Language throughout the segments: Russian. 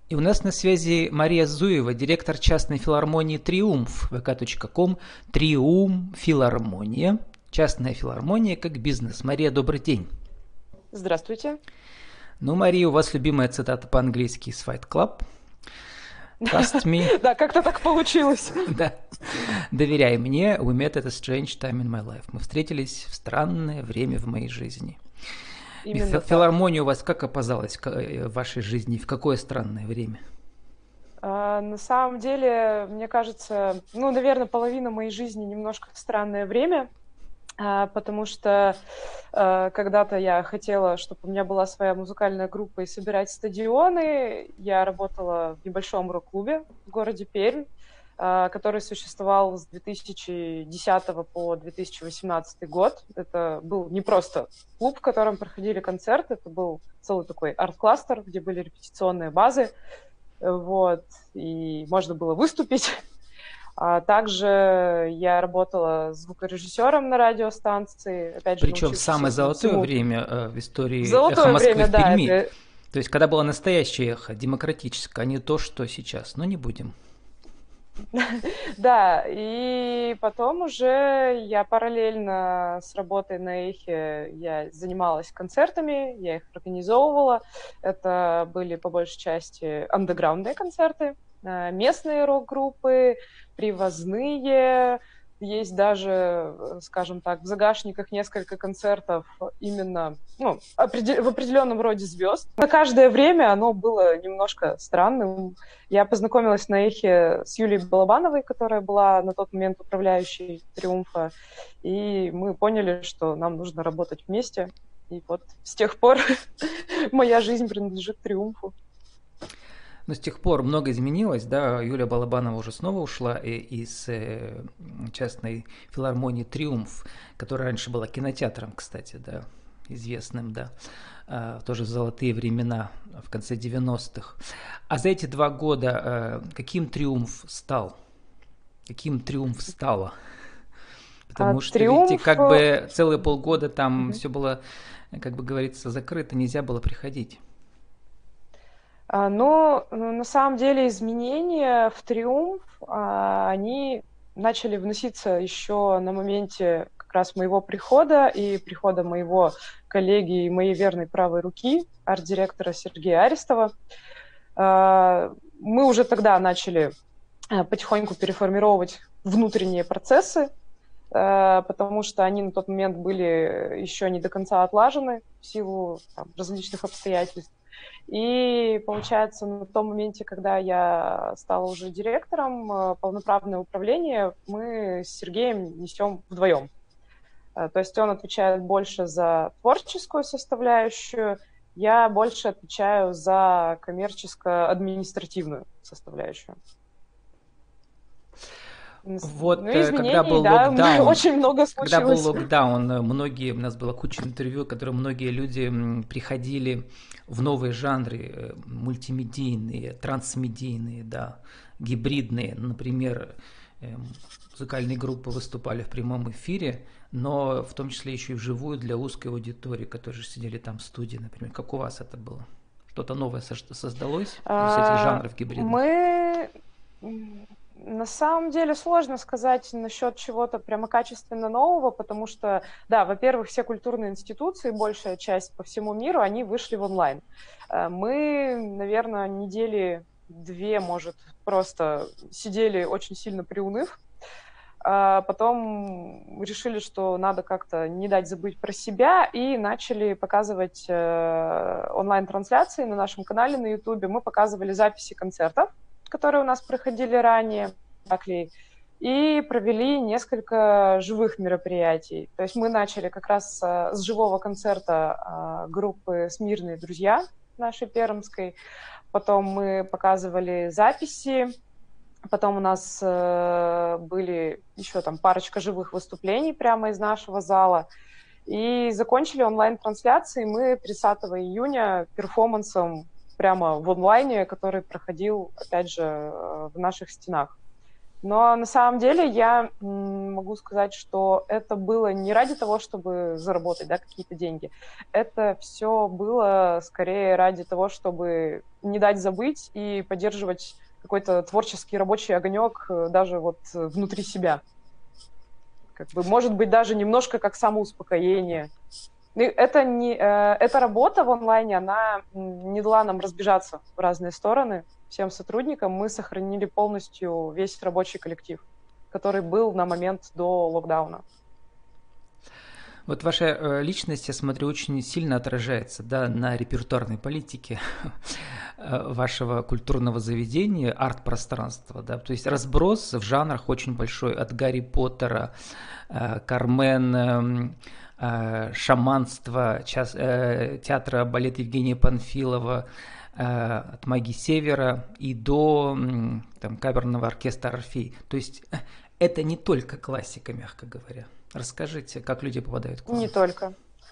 И у нас на связи Мария Зуева, директор частной филармонии «Триумф», vk.com, «Триумф Филармония», частная филармония как бизнес. Мария, добрый день. Здравствуйте. Ну, Мария, у вас любимая цитата по-английски из Fight Club. Trust me. Да, как-то так получилось. Да. Доверяй мне, we met at a strange time in my life. Мы встретились в странное время в моей жизни. Именно так. Филармония у вас как оказалась в вашей жизни? В какое странное время? На самом деле, мне кажется, наверное, половина моей жизни немножко странное время, потому что когда-то я хотела, чтобы у меня была своя музыкальная группа и собирать стадионы. Я работала в небольшом рок-клубе в городе Пермь, который существовал с 2010 по 2018 год. Это был не просто клуб, в котором проходили концерты, это был целый такой арт-кластер, где были репетиционные базы, вот, и можно было выступить. Также я работала звукорежиссером на радиостанции. Опять же, Причем в самое золотое время в истории «Эхо Золотое Москвы» время, в да. Перми. То есть, когда было настоящее эхо, демократическое, а не то, что сейчас. Но не будем. Да, и потом уже я параллельно с работой на Эхе я занималась концертами, я их организовывала. Это были по большей части андеграундные концерты, местные рок-группы, привозные. Есть даже, скажем так, в загашниках несколько концертов именно в определенном роде звезд. На каждое время оно было немножко странным. Я познакомилась на Эхе с Юлией Балабановой, которая была на тот момент управляющей «Триумфа», и мы поняли, что нам нужно работать вместе. И вот с тех пор моя жизнь принадлежит «Триумфу». Но с тех пор много изменилось, да, Юлия Балабанова уже снова ушла из частной филармонии «Триумф», которая раньше была кинотеатром, кстати, да, известным, да, тоже в золотые времена, в конце 90-х. А за эти 2 года каким «Триумф» стал? Каким «Триумф» стала? Потому что, видите, как бы целые полгода там все было, как бы говорится, закрыто, нельзя было приходить. Но на самом деле изменения в «Триумф», они начали вноситься еще на моменте как раз моего прихода и прихода моего коллеги и моей верной правой руки, арт-директора Сергея Аристова. Мы уже тогда начали потихоньку переформировать внутренние процессы, потому что они на тот момент были еще не до конца отлажены в силу различных обстоятельств. И, получается, на том моменте, когда я стала уже директором, полноправное управление мы с Сергеем несем вдвоем. То есть он отвечает больше за творческую составляющую, я больше отвечаю за коммерческо-административную составляющую. Вот, когда был локдаун, очень много случилось. Когда был локдаун, у нас была куча интервью, в которых многие люди приходили в новые жанры, мультимедийные, трансмедийные, да, гибридные. Например, музыкальные группы выступали в прямом эфире, но в том числе еще и вживую для узкой аудитории, которые сидели там в студии, например. Как у вас это было? Что-то новое создалось из этих жанров гибридных? На самом деле сложно сказать насчет чего-то прямо качественно нового, потому что, да, во-первых, все культурные институции, большая часть по всему миру, они вышли в онлайн. Мы, наверное, недели 2, может, просто сидели очень сильно приуныв, а потом решили, что надо как-то не дать забыть про себя, и начали показывать онлайн-трансляции на нашем канале на YouTube. Мы показывали записи концертов, которые у нас проходили ранее, и провели несколько живых мероприятий. То есть мы начали как раз с живого концерта группы «Смирные друзья» нашей пермской, потом мы показывали записи, потом у нас были еще там парочка живых выступлений прямо из нашего зала, и закончили онлайн-трансляции мы 30 июня перформансом прямо в онлайне, который проходил, опять же, в наших стенах. Но на самом деле я могу сказать, что это было не ради того, чтобы заработать, да, какие-то деньги. Это все было скорее ради того, чтобы не дать забыть и поддерживать какой-то творческий рабочий огонек даже вот внутри себя. Как бы, может быть, даже немножко как самоуспокоение. И это не, эта работа в онлайне, она не дала нам разбежаться в разные стороны. Всем сотрудникам мы сохранили полностью весь рабочий коллектив, который был на момент до локдауна. Вот ваша личность, я смотрю, очень сильно отражается, да, на репертуарной политике вашего культурного заведения, арт-пространства, да, то есть разброс в жанрах очень большой, от Гарри Поттера, Кармен, шаманства, театра балета Евгения Панфилова, от «Магии Севера» и до там, камерного оркестра «Орфей». То есть это не только классика, мягко говоря. Расскажите, как люди попадают к вам? Не только.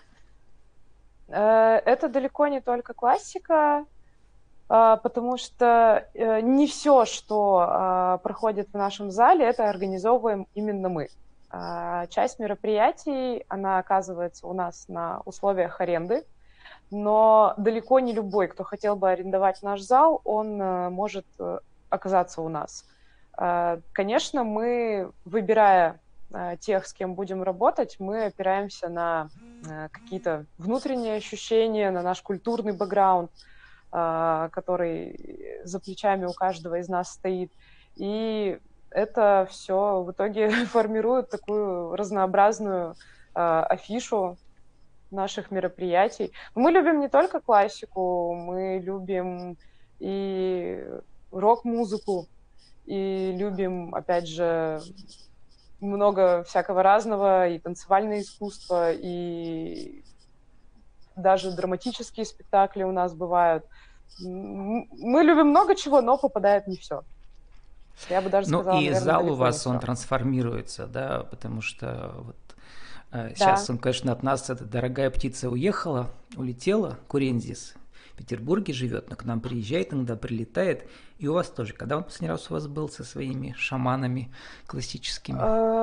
Это далеко не только классика, потому что не все, что проходит в нашем зале, это организовываем именно мы. Часть мероприятий, она оказывается у нас на условиях аренды, но далеко не любой, кто хотел бы арендовать наш зал, он может оказаться у нас. Конечно, мы, выбирая тех, с кем будем работать, мы опираемся на какие-то внутренние ощущения, на наш культурный бэкграунд, который за плечами у каждого из нас стоит. И это все в итоге формирует такую разнообразную афишу наших мероприятий. Мы любим не только классику, мы любим и рок-музыку, и любим, опять же, много всякого разного, и танцевальное искусство, и даже драматические спектакли у нас бывают. Мы любим много чего, но попадает не все. Я бы даже сказала, и наверное, зал у далеко не вас, он все. трансформируется, да, потому что вот Да. сейчас он, конечно, от нас, эта дорогая птица уехала, улетела, Курензис, в Петербурге живет, но к нам приезжает, иногда прилетает. И у вас тоже. Когда он последний раз у вас был со своими шаманами классическими?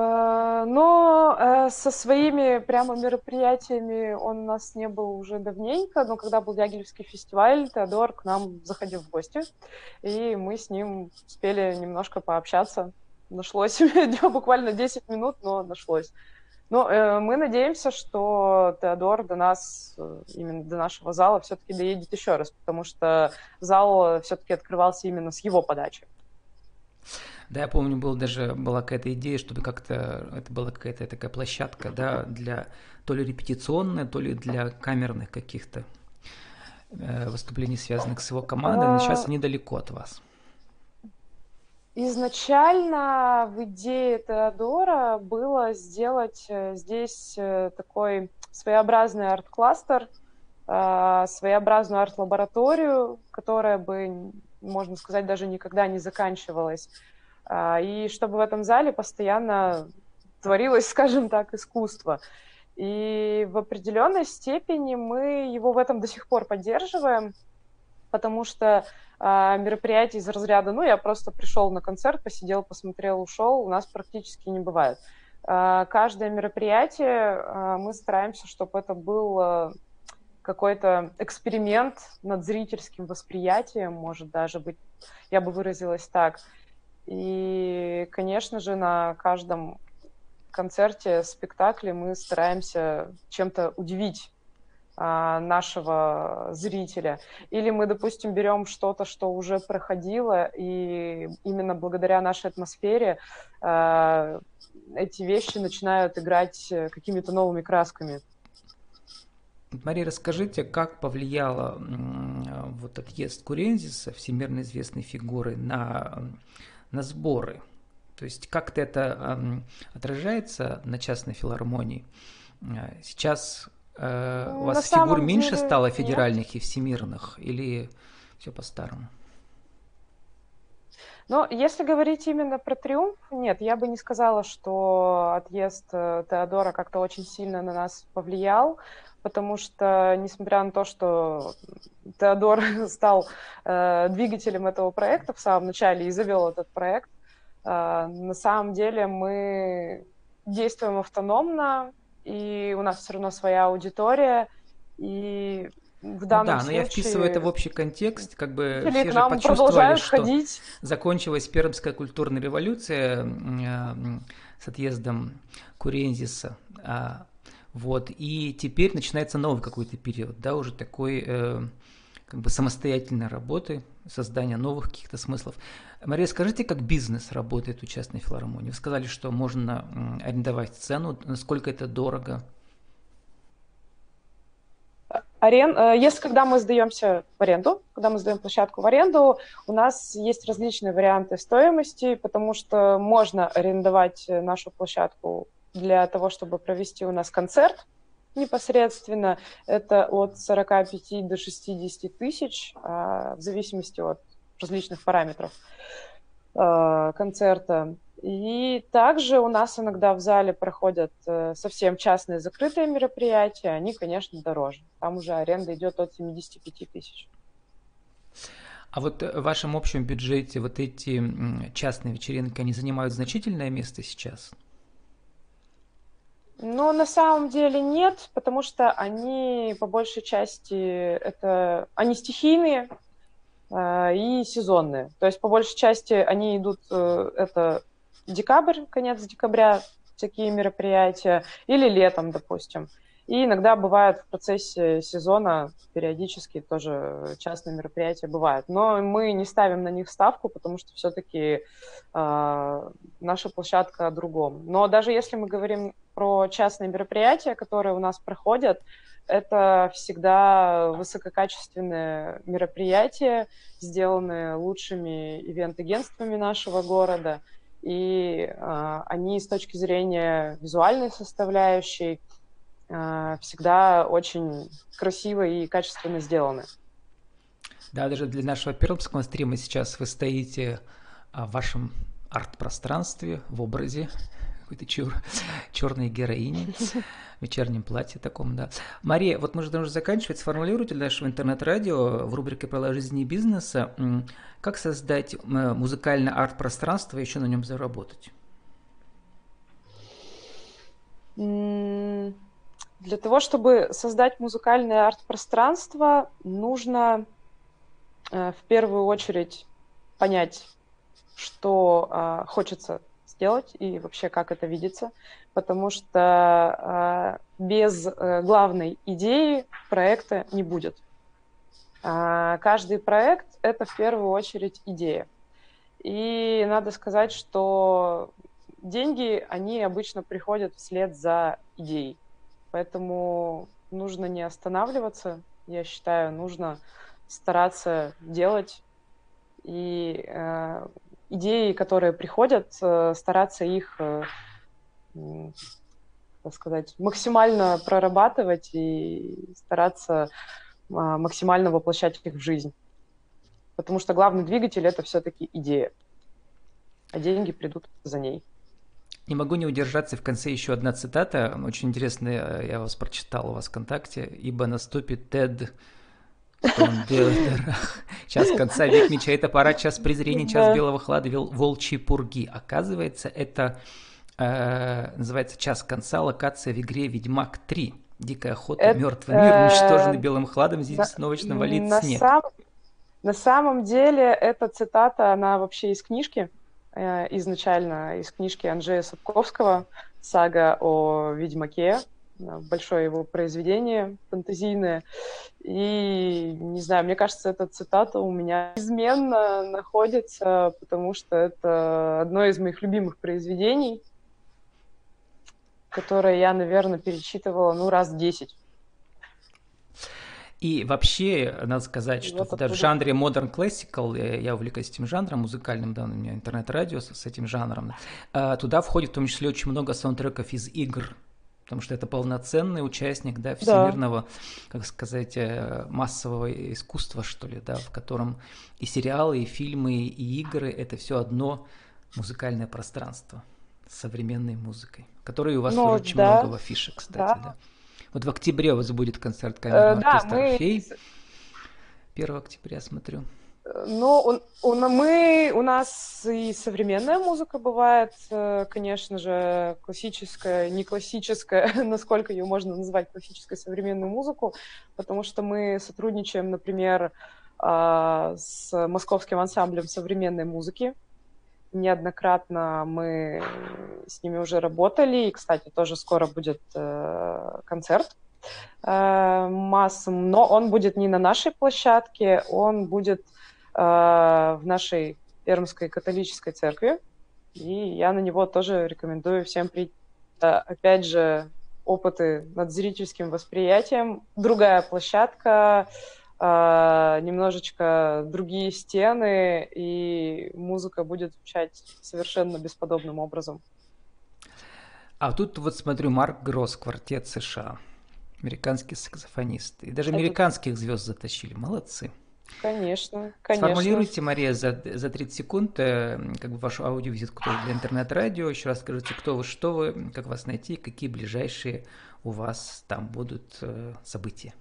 Но со своими прямо мероприятиями он у нас не был уже давненько, но когда был Дягилевский фестиваль, Теодор к нам заходил в гости, и мы с ним успели немножко пообщаться. Нашлось буквально 10 минут, но нашлось. Ну, мы надеемся, что Теодор до нас, именно до нашего зала, все-таки доедет еще раз, потому что зал все-таки открывался именно с его подачи. Да, я помню, была какая-то идея, чтобы как-то это была какая-то такая площадка, да, для то ли репетиционная, то ли для камерных каких-то выступлений, связанных с его командой, но сейчас они далеко от вас. Изначально в идее Теодора было сделать здесь такой своеобразный арт-кластер, своеобразную арт-лабораторию, которая бы, можно сказать, даже никогда не заканчивалась. И чтобы в этом зале постоянно творилось, скажем так, искусство. И в определенной степени мы его в этом до сих пор поддерживаем, потому что мероприятий из разряда, я просто пришел на концерт, посидел, посмотрел, ушел, у нас практически не бывает. Каждое мероприятие мы стараемся, чтобы это был какой-то эксперимент над зрительским восприятием, может даже быть, я бы выразилась так. И, конечно же, на каждом концерте, спектакле мы стараемся чем-то удивить нашего зрителя. Или мы, допустим, берем что-то, что уже проходило, и именно благодаря нашей атмосфере эти вещи начинают играть какими-то новыми красками. Мария, расскажите, как повлияло вот отъезд Курензиса, всемирно известной фигуры, на сборы? То есть как-то это отражается на частной филармонии? Сейчас у вас фигур меньше стало, федеральных и всемирных, или все по-старому? Но если говорить именно про «Триумф», нет, я бы не сказала, что отъезд Теодора как-то очень сильно на нас повлиял, потому что, несмотря на то, что Теодор стал двигателем этого проекта в самом начале и завел этот проект, На самом деле мы действуем автономно, и у нас все равно своя аудитория, и в Ну данном да, но я вписываю это в случае общий контекст, как бы зрители все к же нам почувствовали, продолжают что ходить. закончилась Пермская культурная революция с отъездом Курензиса, вот, и теперь начинается новый какой-то период, да, уже такой как бы самостоятельной работы, создания новых каких-то смыслов. Мария, скажите, как бизнес работает у частной филармонии? Вы сказали, что можно арендовать сцену, насколько это дорого? Если когда мы сдаемся в аренду, когда мы сдаем площадку в аренду, у нас есть различные варианты стоимости, потому что можно арендовать нашу площадку для того, чтобы провести у нас концерт непосредственно. Это от 45 до 60 тысяч, в зависимости от различных параметров концерта. И также у нас иногда в зале проходят совсем частные закрытые мероприятия, они, конечно, дороже. Там уже аренда идет от 75 тысяч. А вот в вашем общем бюджете вот эти частные вечеринки, они занимают значительное место сейчас? Но на самом деле нет, потому что они по большей части они стихийные и сезонные. То есть по большей части они идут, это декабрь, конец декабря, такие мероприятия, или летом, допустим. И иногда бывает в процессе сезона периодически тоже частные мероприятия бывают. Но мы не ставим на них ставку, потому что все-таки наша площадка о другом. Но даже если мы говорим про частные мероприятия, которые у нас проходят, это всегда высококачественные мероприятия, сделанные лучшими ивент-агентствами нашего города. И они с точки зрения визуальной составляющей всегда очень красиво и качественно сделаны. Да, даже для нашего пермского стрима сейчас вы стоите в вашем арт-пространстве в образе какой-то черной героини в вечернем платье таком, да. Мария, вот мы же должны заканчивать. Сформулируйте для нашего интернет-радио в рубрике «Правила жизни и бизнеса», как создать музыкальное арт-пространство и еще на нем заработать? Для того, чтобы создать музыкальное арт-пространство, нужно в первую очередь понять, что хочется сделать и вообще как это видится, потому что без главной идеи проекта не будет. Каждый проект – это в первую очередь идея. И надо сказать, что деньги, они обычно приходят вслед за идеей. Поэтому нужно не останавливаться, я считаю, нужно стараться делать. И идеи, которые приходят, стараться их, так сказать, максимально прорабатывать и стараться максимально воплощать их в жизнь. Потому что главный двигатель – это все-таки идея, а деньги придут за ней. Не могу не удержаться, в конце еще одна цитата, очень интересная, я вас прочитал у вас в ВКонтакте. «Ибо наступит Тед час конца, век меча, это пора, час презрения, час белого хлада, волчьи пурги». Оказывается, это называется «Час конца», локация в игре «Ведьмак 3». Дикая охота, мертвый мир, уничтоженный белым хладом, здесь бесновечно валит снег. На самом деле, эта цитата, она вообще из книжки, изначально из книжки Анджея Сапковского «Сага о Ведьмаке», большое его произведение фэнтезийное. И, не знаю, мне кажется, эта цитата у меня неизменно находится, потому что это одно из моих любимых произведений, которое я, наверное, перечитывала, раз 10. И вообще, надо сказать, что вот в жанре Modern Classical, я увлекаюсь этим жанром музыкальным, да, у меня интернет-радио с этим жанром, туда входит в том числе очень много саундтреков из игр, потому что это полноценный участник, да, всемирного, как сказать, массового искусства, что ли, да, в котором и сериалы, и фильмы, и игры – это все одно музыкальное пространство с современной музыкой, которой у вас тоже очень много в афише, кстати, да. Вот в октябре у вас будет концерт камерного оркестра «Орфей». 1 октября, смотрю. Ну, у нас и современная музыка бывает, конечно же, классическая, не классическая, насколько ее можно назвать классической современную музыку, потому что мы сотрудничаем, например, с московским ансамблем современной музыки. Неоднократно мы с ними уже работали, и, кстати, тоже скоро будет концерт массам, но он будет не на нашей площадке, он будет в нашей Пермской католической церкви, и я на него тоже рекомендую всем прийти. Опять же, опыты над зрительским восприятием, другая площадка, немножечко другие стены, и музыка будет звучать совершенно бесподобным образом. А тут вот смотрю, Марк Гросс, квартет США, американский саксофонист. И даже американских звезд затащили. Молодцы. Конечно. Сформулируйте, Мария, за 30 секунд как бы вашу аудиовизитку для интернет-радио. Еще раз скажите, кто вы, что вы, как вас найти, какие ближайшие у вас там будут события.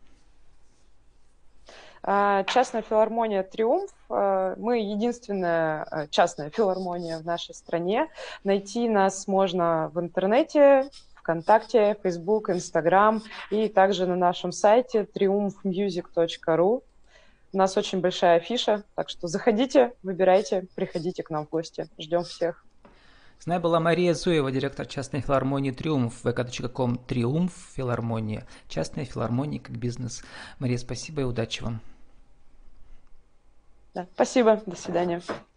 Частная филармония «Триумф». Мы единственная частная филармония в нашей стране. Найти нас можно в интернете, ВКонтакте, Facebook, Instagram и также на нашем сайте triumphmusic.ru. У нас очень большая афиша, так что заходите, выбирайте, приходите к нам в гости. Ждем всех. С нами была Мария Зуева, директор частной филармонии «Триумф», vk.com «Триумф», филармония, частная филармония как бизнес. Мария, спасибо и удачи вам. Да, спасибо, до свидания.